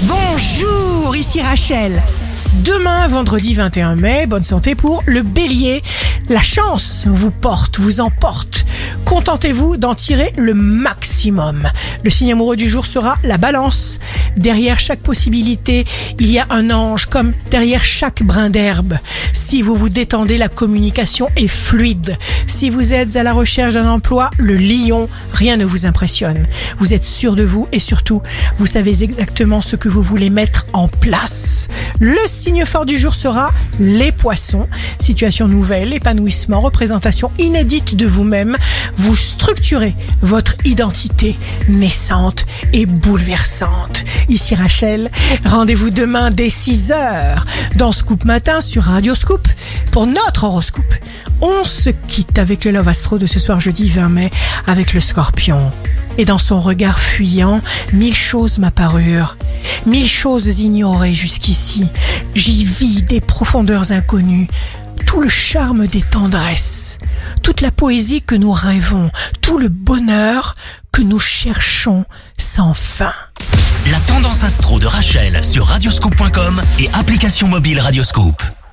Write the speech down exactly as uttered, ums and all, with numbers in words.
Bonjour, ici Rachel. Demain, vendredi vingt et un mai, bonne santé pour le Bélier. La chance vous porte, vous emporte. Contentez-vous d'en tirer le maximum. Le signe amoureux du jour sera la Balance. Derrière chaque possibilité, il y a un ange, comme derrière chaque brin d'herbe. Si vous vous détendez, la communication est fluide. Si vous êtes à la recherche d'un emploi, le Lion, rien ne vous impressionne. Vous êtes sûr de vous et surtout, vous savez exactement ce que vous voulez mettre en place. Le signe fort du jour sera les Poissons. Situation nouvelle, épanouissement, représentation inédite de vous-même. Vous structurez votre identité naissante et bouleversante. Ici Rachel, rendez-vous demain dès six heures dans Scoop Matin sur Radio Scoop pour notre horoscope. On se quitte avec le Love Astro de ce soir jeudi vingt mai avec le Scorpion. Et dans son regard fuyant, mille choses m'apparurent, mille choses ignorées jusqu'ici. J'y vis des profondeurs inconnues, tout le charme des tendresses, toute la poésie que nous rêvons, tout le bonheur que nous cherchons sans fin. La tendance astro de Rachel sur radioscoop point com et application mobile Radioscoop.